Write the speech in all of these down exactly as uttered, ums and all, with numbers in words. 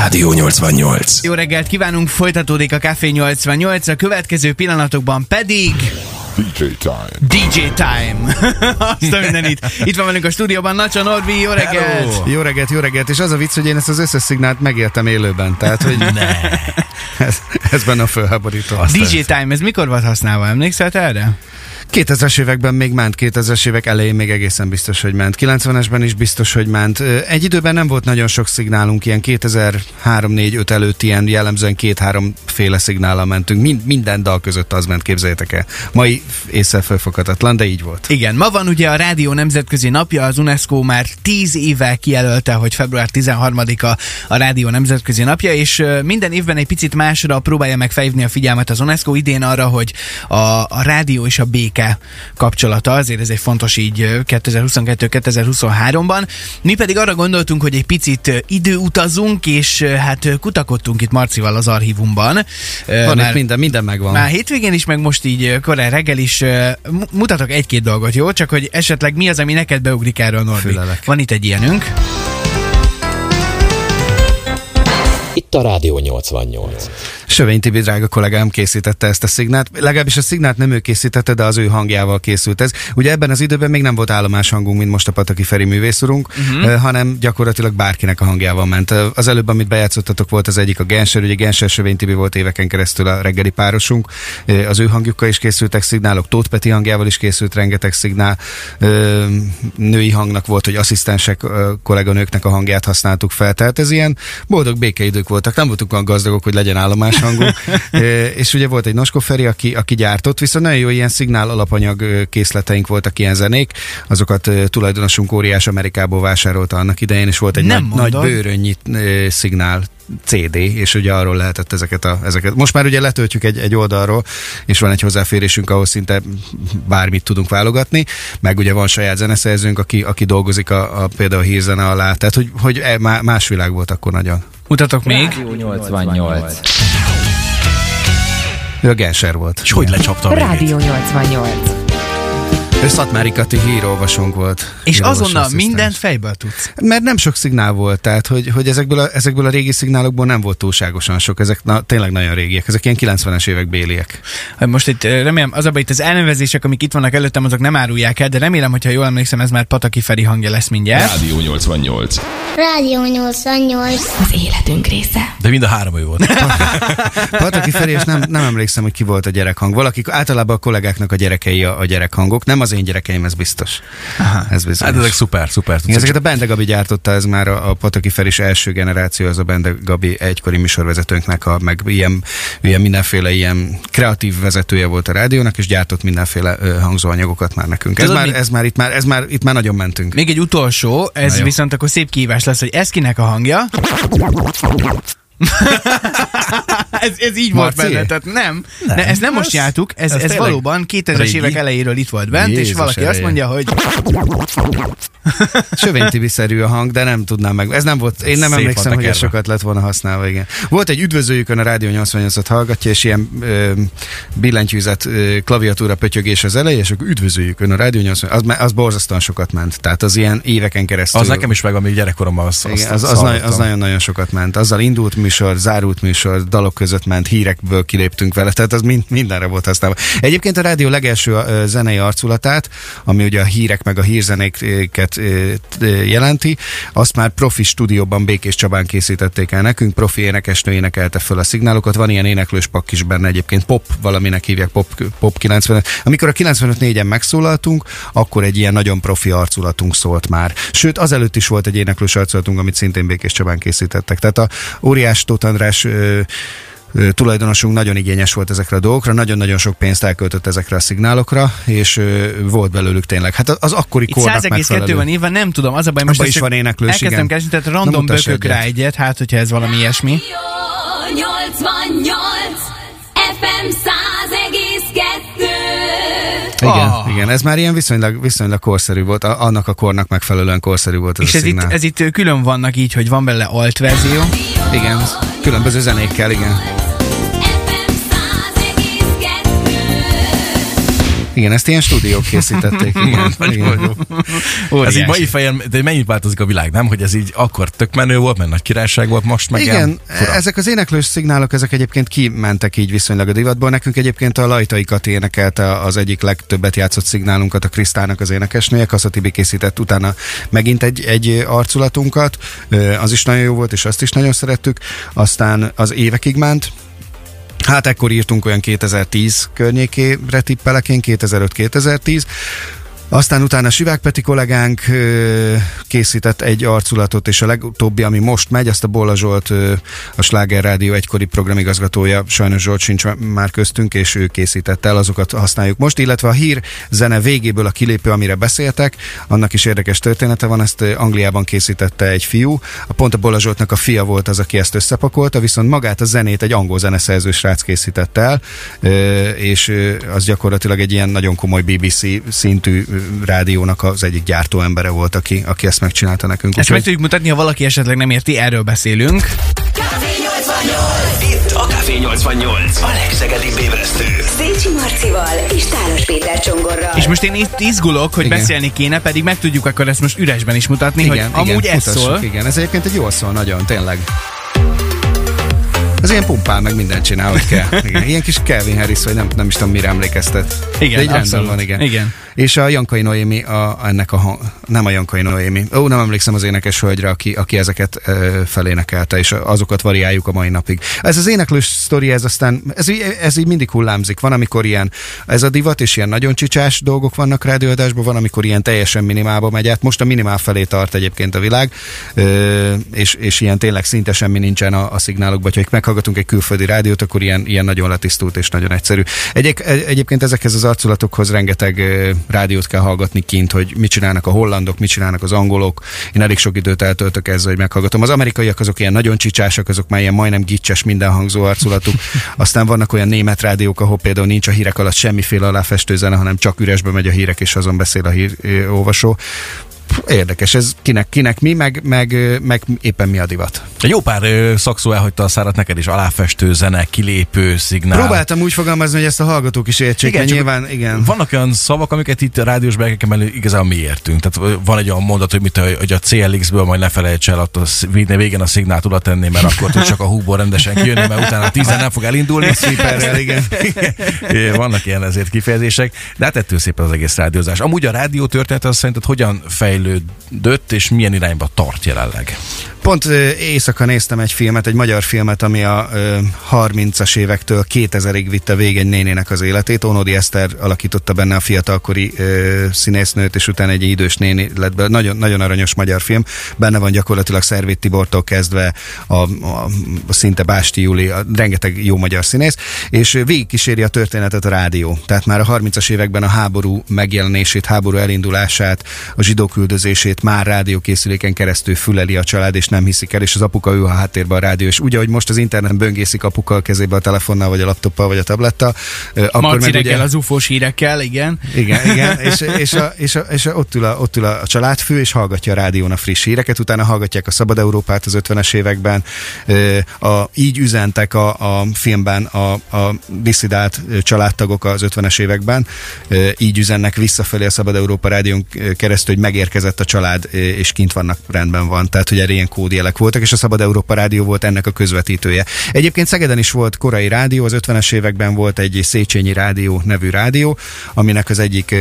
Rádió nyolcvannyolc. Jó reggelt kívánunk, folytatódik a Café nyolcvannyolc, a következő pillanatokban pedig... dé dzsé Time. dé dzsé Time. Azt a mindenit. Itt van velünk a stúdióban Nacsa Norbi, jó reggelt! Hello. Jó reggelt, jó reggelt, és az a vicc, hogy én ezt az összes szignált megéltem élőben, tehát hogy Ne. ez, ez benne a fölháborító. dé dzsé Time, ez mikor volt használva? Emlékszel erre? kétezres években még ment, kétezres évek elején még egészen biztos, hogy ment. kilencvenesben is biztos, hogy ment. Egy időben nem volt nagyon sok szignálunk, ilyen kétezer-három négy öt előtt ilyen jellemzően két-három féle szignállal mentünk. Mind, minden dal között az ment, képzeljétek el. Mai észre felfoghatatlan, de így volt. Igen, ma van ugye a Rádió Nemzetközi Napja, az UNESCO már tíz éve kijelölte, hogy február tizenharmadika a Rádió Nemzetközi Napja, és minden évben egy picit másra próbálja meg felhívni a figyelmet az UNESCO, idén arra, hogy a, a rádió és a béke kapcsolata, azért ez egy fontos így kétezer-huszonkettő kétezer-huszonháromban. Mi pedig arra gondoltunk, hogy egy picit időutazunk, és hát kutakodtunk itt Marcival az archívumban. Van már, itt minden, minden megvan. Már hétvégén is, meg most így korán reggel is mutatok egy-két dolgot, jó? Csak hogy esetleg mi az, ami neked beugrik erről, Norbi? Fülelek. Van itt egy ilyenünk. Itt a Rádió nyolcvannyolc. Sövény Tibi drága kollégám készítette ezt a szignált. Legalábbis a szignált nem ő készítette, de az ő hangjával készült ez. Ugye ebben az időben még nem volt állomás hangunk, mint most a Pataki Feri művészurunk, uh-huh. hanem gyakorlatilag bárkinek a hangjával ment. Az előbb, amit bejátszottatok, volt az egyik a Genser, ugye Genser Sövény Tibi volt éveken keresztül a reggeli párosunk. Az ő hangjukkal is készültek szignálok, Tóth Peti hangjával is készült rengeteg szignál. Női hangnak volt, hogy asszisztensek, kolléganőknek a hangját használtuk fel. Tehát ez ilyen boldog békeidők voltak. Nem voltunk olyan gazdagok, hogy legyen állomás hangunk. e, és ugye volt egy Noskó Feri, aki, aki gyártott, viszont nagyon jó ilyen szignál alapanyag készleteink voltak, ilyen zenék, azokat e, tulajdonosunk óriás Amerikából vásárolta annak idején, és volt egy nagy, nagy bőrönnyi e, szignál cé dé, és ugye arról lehetett ezeket a... Ezeket. Most már ugye letöltjük egy, egy oldalról, és van egy hozzáférésünk, ahol szinte bármit tudunk válogatni, meg ugye van saját zeneszerzőnk, aki, aki dolgozik a, a például a hírzene alá, tehát hogy, hogy más világ volt akkor nagyon. Mutatok még. Rádió nyolcvannyolc. Ő a Genser volt. És hogy lecsapta a Rádió nyolcvannyolc. Ő Szatmári Kati hírolvasónk volt. És azonnal mindent fejből tudsz. Mert nem sok szignál volt, tehát hogy, hogy ezekből, a, ezekből a régi szignálokból nem volt túlságosan sok, ezek na, tényleg nagyon régiek, ezek ilyen kilencvenes évek béliek. Most itt remélem, az abban itt az elnevezések, amik itt vannak előttem, azok nem árulják el, de remélem, hogyha jól emlékszem, ez már Pataki Feri hangja lesz mindjárt. Rádió nyolcvannyolc. Rádió nyolcvannyolc. Az életünk része. De mind a három ő volt. Pataki Feri, és nem, nem emlékszem, hogy ki volt a gyerekhang. Valaki, általában a kollégáknak a gyerekei a, a gyerekhangok, nem az én gyerekeim, ez biztos. Aha. Ez biztos. Hát ezek szuper, szuper. Igen, ezeket a Bende Gabi gyártotta, ez már a, a Pataki Feris első generáció, az a Bende Gabi egykori műsorvezetőnknek, a, meg ilyen, ilyen mindenféle ilyen kreatív vezetője volt a rádiónak, és gyártott mindenféle ö, hangzóanyagokat már nekünk. Ez, Tudod, már, ez, már, itt már, ez már itt már nagyon mentünk. Még egy utolsó, ez viszont akkor szép kihívás lesz, hogy ez kinek a hangja? ez, ez így volt benne, tehát nem. nem. Ne, ezt nem most jártuk, ez, ez, ez valóban kétezres évek elejéről itt volt bent, Jézus és valaki ereje. Azt mondja, hogy... Sövény Tibi-szerű a hang, de nem tudnám meg. Ez nem volt, én nem Szép emlékszem, hogy ez sokat lett volna használva, igen. Volt egy üdvözöljükön a Rádió nyolcvannyolcat hallgatja, és ilyen ö, billentyűzet ö, klaviatúra pötyögés az elején, és akkor üdvözöljükön a Rádió nyolcvannyolcat, az, az borzasztóan sokat ment. Tehát az ilyen éveken keresztül. Az nekem is meg, amíg gyerekkoromban az, igen, az, az, az, az nagyon-nagyon sokat ment. Azzal indult műsor, zárult műsor, dalok között ment, hírekből kiléptünk vele, tehát az mind, mindenre volt használva. Egyébként a rádió legelső uh, zenei arculatát, ami ugye a hírek meg a hírzenéket uh, jelenti, azt már profi stúdióban Békés Csabán készítették el nekünk, profi énekesnő énekelte föl a szignálokat, van ilyen éneklős pakk is benne egyébként, pop, valaminek hívják, pop, pop kilencvenöt. Amikor a kilencvenöt négyen megszólaltunk, akkor egy ilyen nagyon profi arculatunk szólt már. Sőt, azelőtt is volt egy éneklős arculatunk, amit szintén Békés Csabán készítettek. Tehát a óriás Tóth András ö, ö, tulajdonosunk nagyon igényes volt ezekre a dolgokra, nagyon-nagyon sok pénzt elköltött ezekre a szignálokra, és ö, volt belőlük tényleg. Hát az akkori itt kornak száz egész kettő van írva, nem tudom, az a baj, most is van éneklős, elkezdtem keresni, tehát random bökök rá egyet, hát hogyha ez valami ilyesmi. nyolcvannyolc ef em száz egész kettő. Igen, Ah. igen, ez már ilyen viszonylag, viszonylag korszerű volt, a, annak a kornak megfelelően korszerű volt ez és a ez szignál. itt, ez itt külön vannak így, hogy van belőle alt verzió. Igen, különböző zenékkel, igen. ef em száz egész kettő. Igen, ezt ilyen stúdiók készítették. Igen. Nagyon jó. Ez így mai fejen, de mennyit változik a világ, nem? Hogy ez így akkor tök menő volt, mert nagy királyság volt, most meg igen, ezek az éneklős szignálok, ezek egyébként kimentek így viszonylag a divatból. Nekünk egyébként a Lajtai Kati énekelte az egyik legtöbbet játszott szignálunkat, a Krisztának az énekesnője, Kassa Tibi készített utána megint egy, egy arculatunkat, az is nagyon jó volt, és azt is nagyon szerettük. Aztán az évekig ment. Hát ekkor írtunk olyan kétezer-tíz környékére tippelek én, kétezer-öt-kétezer-tíz. Aztán utána Sivák Peti kollégánk ö, készített egy arculatot, és a legutóbbi, ami most megy, azt a Bolla Zsolt, ö, a Sláger Rádió egykori programigazgatója, sajnos Zsolt sincs már köztünk, és ő készítette el, azokat használjuk most, illetve a hír zene végéből a kilépő, amire beszéltek, annak is érdekes története van, ezt Angliában készítette egy fiú, a pont a Bolla Zsoltnak a fia volt az, aki ezt összepakolta, viszont magát a zenét egy angol zeneszerző srác készítette el, ö, és ö, az gyakorlatilag egy ilyen nagyon komoly bé bé cé szintű rádiónak az egyik gyártó embere volt, aki, aki ezt megcsinálta nekünk. Ezt meg tudjuk mutatni, ha valaki esetleg nem érti, erről beszélünk. Itt a Café nyolcvannyolc, a legszegedibb ébresztő. Szécsi Marcival és Tálos Péter Csongorral. És most én itt izgulok, hogy igen. beszélni kéne, pedig meg tudjuk akkor ezt most üresben is mutatni, igen, hogy igen, amúgy ez szól. Igen, ez egyébként egy jól szól, nagyon, tényleg. Ez ilyen pumpál, meg mindent csinál, hogy kell. Igen. Ilyen kis Calvin Harris, vagy nem, nem is tudom, mire emlékeztet. Igen, de abszolút. Van, igen. igen. És a Jankai Noémi, a, ennek a, nem a Jankai Noémi, ó, nem emlékszem az énekes hölgyre, aki, aki ezeket ö, felénekelte, és azokat variáljuk a mai napig. Ez az éneklős sztori, ez aztán, ez, ez így mindig hullámzik. Van, amikor ilyen, ez a divat, és ilyen nagyon csicsás dolgok vannak rádióadásban, van, amikor ilyen teljesen minimálba megy át. Most a minimál felé tart egyébként a világ, ö, és, és ilyen tényleg szinte semmi nincsen a, a szignálokban. Ha meghallgatunk egy külföldi rádiót, akkor ilyen, ilyen nagyon letisztult és nagyon egyszerű. Egy, egyébként ezekhez az arculatokhoz rengeteg rádiót kell hallgatni kint, hogy mit csinálnak a hollandok, mit csinálnak az angolok. Én elég sok időt eltöltök ezzel, hogy meghallgatom. Az amerikaiak azok ilyen nagyon csicsásak, azok már ilyen majdnem gicses mindenhangzó arculatuk. Aztán vannak olyan német rádiók, ahol például nincs a hírek alatt semmiféle aláfestő zene, hanem csak üresbe megy a hírek, és azon beszél a hírolvasó. Érdekes, ez kinek, kinek mi, meg, meg, meg éppen mi a divat. Egy jó pár ö, szakszó elhagyta a szárat neked is, aláfestő zene, kilépő, szignál. Próbáltam úgy fogalmazni, hogy ezt a hallgatók is értsék, igen, nyilván, igen. Vannak olyan szavak, amiket itt a rádiós berkeken belül igazából mi értünk. Tehát van egy olyan mondat, hogy, mit, hogy a cé el iksz-ből majd ne felejts el, ott a végén a szignált oda tenni, mert akkor tud csak a húból rendesen kijönni, mert utána a tízen nem fog elindulni. Sziperrel, igen. Vannak ilyen ezért kifejezések, de hát ettől szépen az egész rádiózás. Amúgy a rádió történet az szerinted hogyan fejlődött, és milyen irányba tart jelenleg? Pont ö, éjszaka néztem egy filmet, egy magyar filmet, ami a ö, harmincas évektől kétezerig vitte végig egy nénének az életét. Ónodi Eszter alakította benne a fiatalkori ö, színésznőt, és utána egy idős néni lett be. Nagyon, nagyon aranyos magyar film. Benne van gyakorlatilag Szervét Tibortól kezdve a, a, a szinte Básti Júli, a, rengeteg jó magyar színész, és végigkíséri a történetet a rádió. Tehát már a harmincas években a háború megjelenését, háború elindulását, a zsidóküldözését már rádiókészüléken keresztül füleli a család, és nem hiszik el, és az apuka ül a háttérben a rádió, és ugye, hogy most az interneten böngészik apuka a kezébe a telefonnal, vagy a laptoppal, vagy a tablettal. Akkor meg ugye... az ufós hírekkel, igen. Igen, igen, és, és, a, és, a, és a, ott, ül a, ott ül a családfő, és hallgatja a rádión a friss híreket, utána hallgatják a Szabad Európát az ötvenes években, a, így üzentek a, a filmben a, a disszidált családtagok az ötvenes években, így üzennek visszafelé a Szabad Európa rádión keresztül, hogy megérkezett a család, és kint vannak, rendben van. Tehát, hogy erre ilyen kódjelek voltak, és a Szabad Európa rádió volt ennek a közvetítője. Egyébként Szegeden is volt korai rádió, az ötvenes években volt egy Széchenyi Rádió nevű rádió, aminek az egyik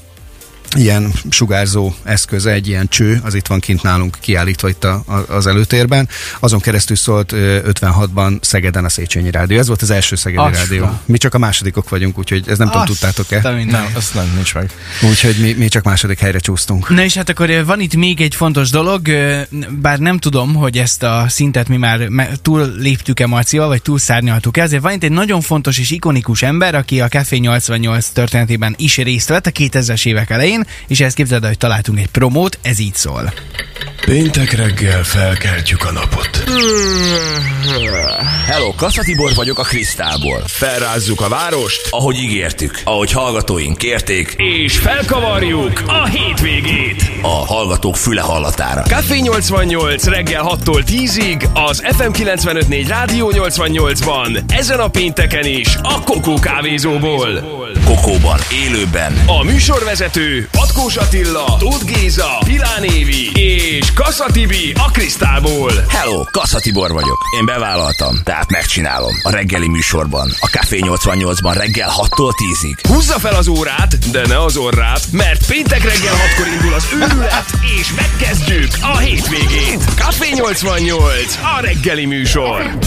ilyen sugárzó eszköze, egy ilyen cső, az itt van kint nálunk kiállítva itt a, a, az előtérben. Azon keresztül szólt ötvenhatban Szegeden a Széchenyi Rádió. Ez volt az első szegedi Asra. rádió. Mi csak a másodikok vagyunk, úgyhogy ez nem Asra. tudom, tudtátok-e? Nem, azt nem, nincs meg. Úgyhogy mi, mi csak második helyre csúsztunk. Na és hát akkor van itt még egy fontos dolog, bár nem tudom, hogy ezt a szintet mi már túl léptük-e Marcival, vagy túl szárnyaltuk-e, ezért van itt egy nagyon fontos és ikonikus ember, aki a Café nyolcvannyolc történetében is részt vett a kétezres évek elején, és ezt képzeld, hogy találtunk egy promót, ez így szól. Péntek reggel felkeltjük a napot. Hello, Kassa Tibor vagyok a Krisztálból. Felrázzuk a várost, ahogy ígértük, ahogy hallgatóink kérték, és felkavarjuk a hétvégét a hallgatók füle hallatára. Café nyolcvannyolc reggel hattól tízig, az ef em kilencvenöt négy Rádió nyolcvannyolcban, ezen a pénteken is a Kokó kávézóból. Kokóban, élőben. A műsorvezető Patkós Attila, Tóth Géza, Pilán Évi és Kassa Tibi a Krisztálból. Hello, Kassa Tibor vagyok. Én bevállaltam, tehát megcsinálom. A reggeli műsorban, a Café nyolcvannyolcban reggel hattól tízig. Húzza fel az órát, de ne az orrát, mert péntek reggel hatkor indul az őrület, és megkezdjük a hétvégét. Café nyolcvannyolc, a reggeli műsor.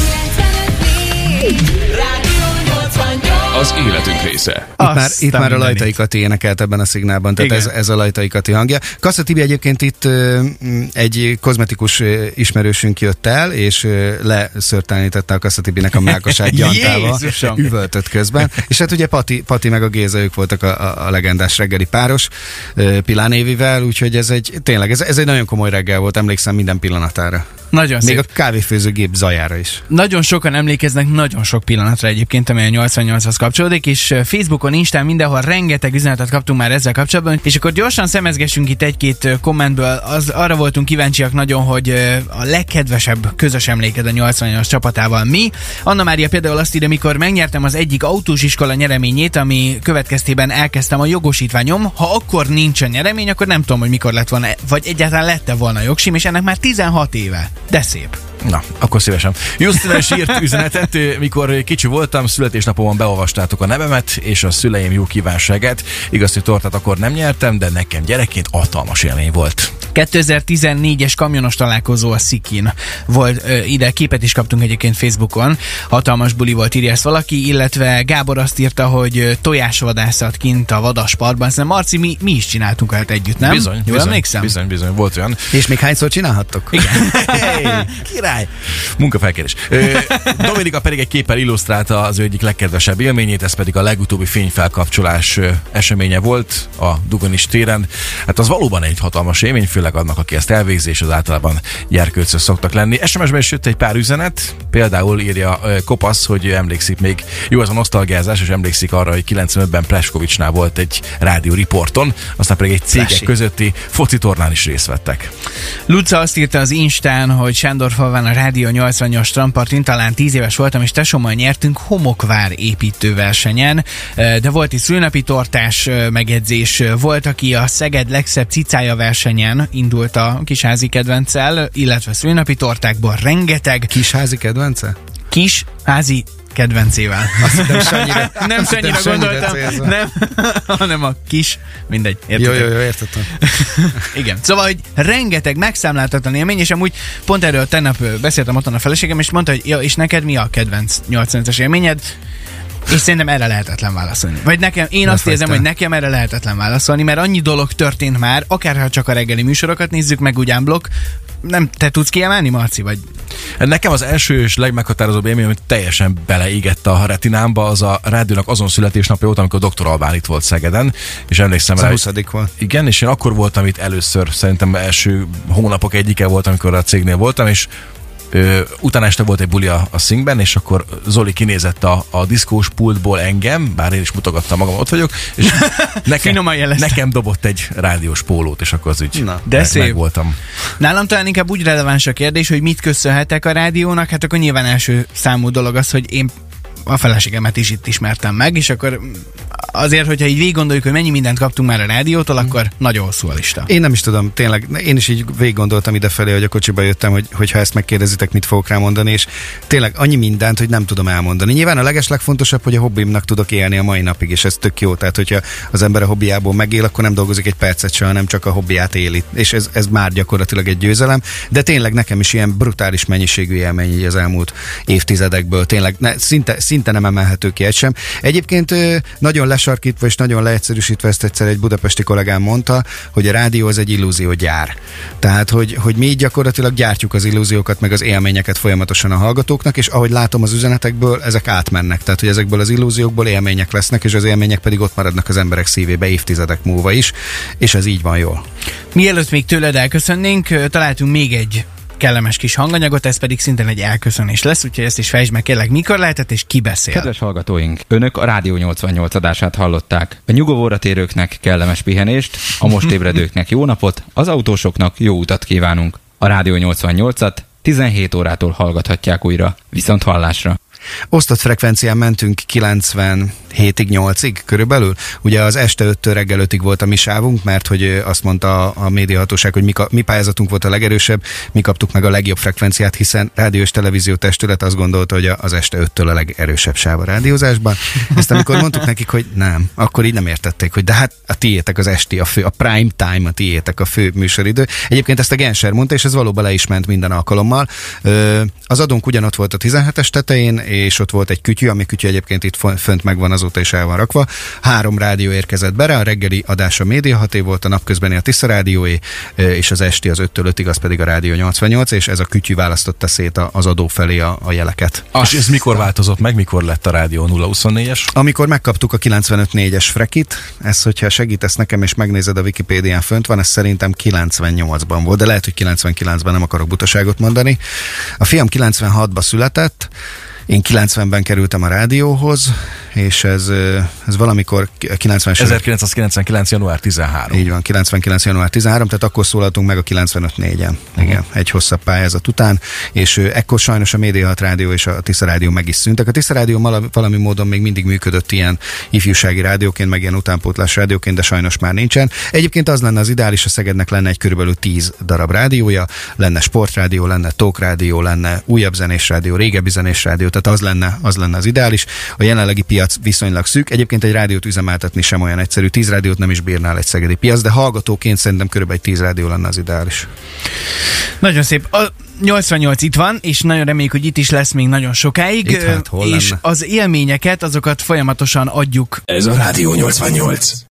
Az életünk része. Itt már, itt már a Lajtai Kati énekelt ebben a szignálban, tehát ez, ez a Lajtai Kati hangja. Kassa Tibi egyébként itt ö, egy kozmetikus ö, ismerősünk jött el, és ö, leszörtelenítette a Kassa Tibinek a mákosát gyantával, üvöltött közben. És hát ugye Pati, Pati meg a Géza, ők voltak a, a, a legendás reggeli páros ö, Pilán Évivel, úgyhogy ez egy, tényleg, ez, ez egy nagyon komoly reggel volt, emlékszem minden pillanatára. Nagyon Még szép. a kávéfőzőgép zajára is. Nagyon sokan emlékeznek nagyon sok pillanatra egyébként, amely a nyolcvannyolchoz kapcsolódik, és Facebookon, Instán, mindenhol rengeteg üzenetet kaptunk már ezzel kapcsolatban, és akkor gyorsan szemezgessünk itt egy-két kommentből. Az, arra voltunk kíváncsiak nagyon, hogy a legkedvesebb közös emléked a nyolcvannyolc csapatával mi. Anna Mária például azt írja, amikor megnyertem az egyik autós iskola nyereményét, ami következtében elkezdtem a jogosítványom. Ha akkor nincsen nyeremény, akkor nem tudom, hogy mikor lett volna, vagy egyáltalán lett-e volna jogsim, és ennek már tizenhat éve. De szép. Na, akkor szívesen. Justina is írt üzenetet, mikor kicsi voltam, születésnapomon beolvastátok a nevemet és a szüleim jó kívánságát. Igaz, hogy tortát akkor nem nyertem, de nekem gyerekként hatalmas élmény volt. kétezer-tizennégyes kamionos találkozó a Szikin volt, ö, ide képet is kaptunk egyébként Facebookon, hatalmas buli volt, írja ezt valaki, illetve Gábor azt írta, hogy tojásvadászat kint a vadasparkban. Szerintem Marci, mi, mi is csináltunk hát együtt, nem? Bizony, Jól bizony, emlékszem? bizony, bizony, volt olyan. És még hányszor csinálhattok? Igen. Hey, király! Munkafelkérés. Dominika pedig egy képpel illusztrálta az ő egyik legkedvesebb élményét, ez pedig a legutóbbi fényfelkapcsolás eseménye volt a Dugonis téren. Hát az valóban egy hatalmas élmény, főleg annak, aki ezt elvégzi, és az általában gyerkőcös szoktak lenni. es em es-ben is jött egy pár üzenet, például írja Kopasz, hogy emlékszik még, jó ez a nosztalgiázás, és emlékszik arra, hogy kilencvenötben Pleskovicsnál volt egy rádió riporton, aztán pedig egy cégek Plesi. közötti focitornán is részt vettek. Luca azt írta az Instán, hogy Sándorfalván a Rádió nyolcvannyolc strandpartin talán tíz éves voltam, és tesómmal nyertünk homokvár építő versenyen, de volt egy szülinapi tortás megjegyzés, volt, aki a Szeged legszebb cicája versenyen indult a kisházi kedvenccel, illetve szülinapi tortákból rengeteg Kisházi kedvence? kis házi kedvencével. Azt hittem Sanyira. Nem Sanyira gondoltam, nem, hanem a kis, mindegy, értettem. Jó, jó, jó, értettem. Igen, szóval, hogy rengeteg megszámláltatlan élmény, és amúgy pont erről tegnap beszéltem otthon a feleségem, és mondta, hogy ja, és neked mi a kedvenc nyolcvanas élményed? És szerintem erre lehetetlen válaszolni. Vagy nekem, én azt Lefekte. érzem, hogy nekem erre lehetetlen válaszolni, mert annyi dolog történt már, akárha csak a reggeli műsorokat nézzük, meg úgy unblock. Nem, te tudsz kiemelni, Marci, vagy? Nekem az első és legmeghatározóbb élmény, amit teljesen beleégett a retinámba, az a rádiónak azon születésnapja volt, amikor doktor Albán itt volt Szegeden, és emlékszem Ez rá, a hogy- huszadik volt. igen, és én akkor voltam itt először, szerintem első hónapok egyike volt, amikor a cégnél voltam, és Ö, utána este volt egy buli a, a Szingben, és akkor Zoli kinézett a, a diszkós pultból engem, bár én is mutogattam magam, ott vagyok, és nekem, Finoman jelezte. nekem dobott egy rádiós pólót, és akkor az úgy Na, de meg, szép. meg voltam. Nálam talán inkább úgy releváns a kérdés, hogy mit köszönhetek a rádiónak, hát akkor nyilván első számú dolog az, hogy én a feleségemet is itt ismertem meg, és akkor azért, hogyha így végig gondoljuk, hogy mennyi mindent kaptunk már a rádiótól, akkor nagyon hosszú a lista. Én nem is tudom, tényleg, én is így végig gondoltam idefelé, hogy a kocsiba jöttem, hogy, hogy ha ezt megkérdezitek, mit fogok rámondani, és tényleg annyi mindent, hogy nem tudom elmondani. Nyilván a legeslegfontosabb, hogy a hobbimnak tudok élni a mai napig, és ez tök jó. Tehát, hogyha az ember a hobbiából megél, akkor nem dolgozik egy percet se, hanem csak a hobbiát éli. És ez, ez már gyakorlatilag egy győzelem. De tényleg nekem is ilyen brutális mennyiségű élmény így az elmúlt évtizedekből. Tényleg ne, szinte, szinte nem emelhető ki egy sem. Egyébként ö, nagyon lesarkítva és nagyon leegyszerűsítve ezt egyszer egy budapesti kollégám mondta, hogy a rádió az egy illúziógyár. Tehát, hogy, hogy mi gyakorlatilag gyártjuk az illúziókat, meg az élményeket folyamatosan a hallgatóknak, és ahogy látom az üzenetekből, ezek átmennek. Tehát, hogy ezekből az illúziókból élmények lesznek, és az élmények pedig ott maradnak az emberek szívébe évtizedek múlva is, és ez így van jól. Mielőtt még tőled elköszönnénk, találtunk még egy kellemes kis hanganyagot, ez pedig szintén egy elköszönés lesz, úgyhogy ezt is fejtsd meg kérlek, mikor lehetett és ki beszél. Kedves hallgatóink, önök a Rádió nyolcvannyolc adását hallották. A nyugovóra térőknek kellemes pihenést, a most ébredőknek jó napot, az autósoknak jó utat kívánunk. A Rádió nyolcvannyolcat tizenhét órától hallgathatják újra. Viszont hallásra! Osztott frekvencián mentünk kilencvenhétig, nyolcig körülbelül. Ugye az este öttől reggel ötig volt a mi sávunk, mert hogy azt mondta a médiahatóság, hogy mi, mi pályázatunk volt a legerősebb, mi kaptuk meg a legjobb frekvenciát, hiszen rádió és televízió testület azt gondolta, hogy az este öttől a legerősebb sáv a rádiózásban. Ezt amikor mondtuk nekik, hogy nem, akkor így nem értették, hogy de hát a tiétek az esti, a fő, a prime time, a tiétek a fő műsoridő. Egyébként ezt a Genser mondta, és ez valóban le is ment minden alkalommal. Az adónk ugyanott volt a tizenhetes tetején, és ott volt egy kütyű, ami kütyű egyébként itt fönt megvan, azóta is el van rakva. Három rádió érkezett be rá, a reggeli adás a Médiahaté volt, a napközbeni a Tisza Rádióé, és az esti az öttől ötig az pedig a Rádió nyolcvannyolc, és ez a kütyű választotta szét az adó felé a, a jeleket. És ez mikor változott meg, mikor lett a Rádió nulla huszonnégyes? Amikor megkaptuk a kilencvenöt négyes frekit, ez, hogyha segítesz nekem és megnézed a Wikipédián fönt van, ez szerintem kilencvennyolcban volt, de lehet, hogy kilencvenkilencben, nem akarok butaságot mondani. A fiam kilencvenhatban született, én kilencvenben kerültem a rádióhoz, és ez, ez valamikor kilencvenes... ezerkilencszázkilencvenkilenc. január tizenharmadika. Így van, kilencvenkilenc. január tizenharmadika, tehát akkor szólaltunk meg a kilencvenöt négyen. Uh-huh. Igen, egy hosszabb pályázat után, és ekkor sajnos a Médiahat Rádió és a Tisza Rádió meg is szűntek. A Tisza Rádió valami, valami módon még mindig működött ilyen ifjúsági rádióként, meg ilyen utánpótlás rádióként, de sajnos már nincsen. Egyébként az lenne az ideális, a Szegednek lenne egy körülbelül tíz darab rádiója, lenne sportrádió, lenne talkrádió, lenne újabb zenés rádió, régebbi zenés rádió, tehát az lenne, az lenne az ideális. A jelenlegi piac viszonylag szűk. Egyébként egy rádiót üzemeltetni sem olyan egyszerű. Tíz rádiót nem is bírnál egy szegedi piac, de hallgatóként szerintem körülbelül egy tíz rádió lenne az ideális. Nagyon szép. A nyolcvannyolc itt van, és nagyon reméljük, hogy itt is lesz még nagyon sokáig. Itt, hát, hol és lenne? Az élményeket, azokat folyamatosan adjuk. Ez a Rádió nyolcvannyolc.